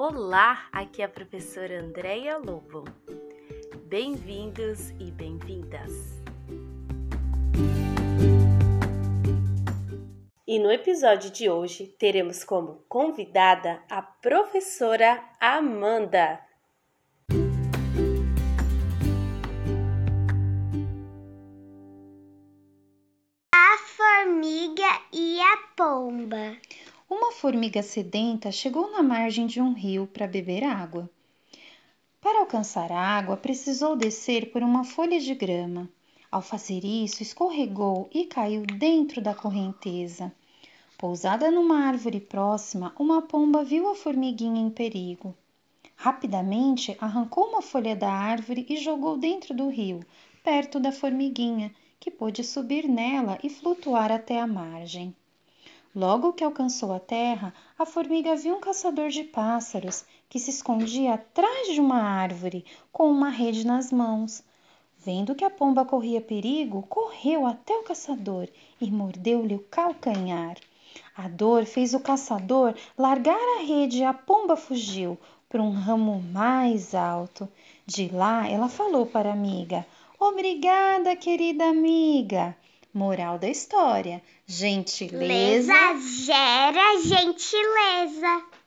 Olá, aqui é a professora Andréia Lobo. Bem-vindos e bem-vindas. E no episódio de hoje teremos como convidada a professora Amanda. A formiga e a pomba. Uma formiga sedenta chegou na margem de um rio para beber água. Para alcançar a água, precisou descer por uma folha de grama. Ao fazer isso, escorregou e caiu dentro da correnteza. Pousada numa árvore próxima, uma pomba viu a formiguinha em perigo. Rapidamente, arrancou uma folha da árvore e jogou dentro do rio, perto da formiguinha, que pôde subir nela e flutuar até a margem. Logo que alcançou a terra, a formiga viu um caçador de pássaros que se escondia atrás de uma árvore com uma rede nas mãos. Vendo que a pomba corria perigo, correu até o caçador e mordeu-lhe o calcanhar. A dor fez o caçador largar a rede e a pomba fugiu para um ramo mais alto. De lá, ela falou para a amiga: "Obrigada, querida amiga." Moral da história: gentileza Gera gentileza.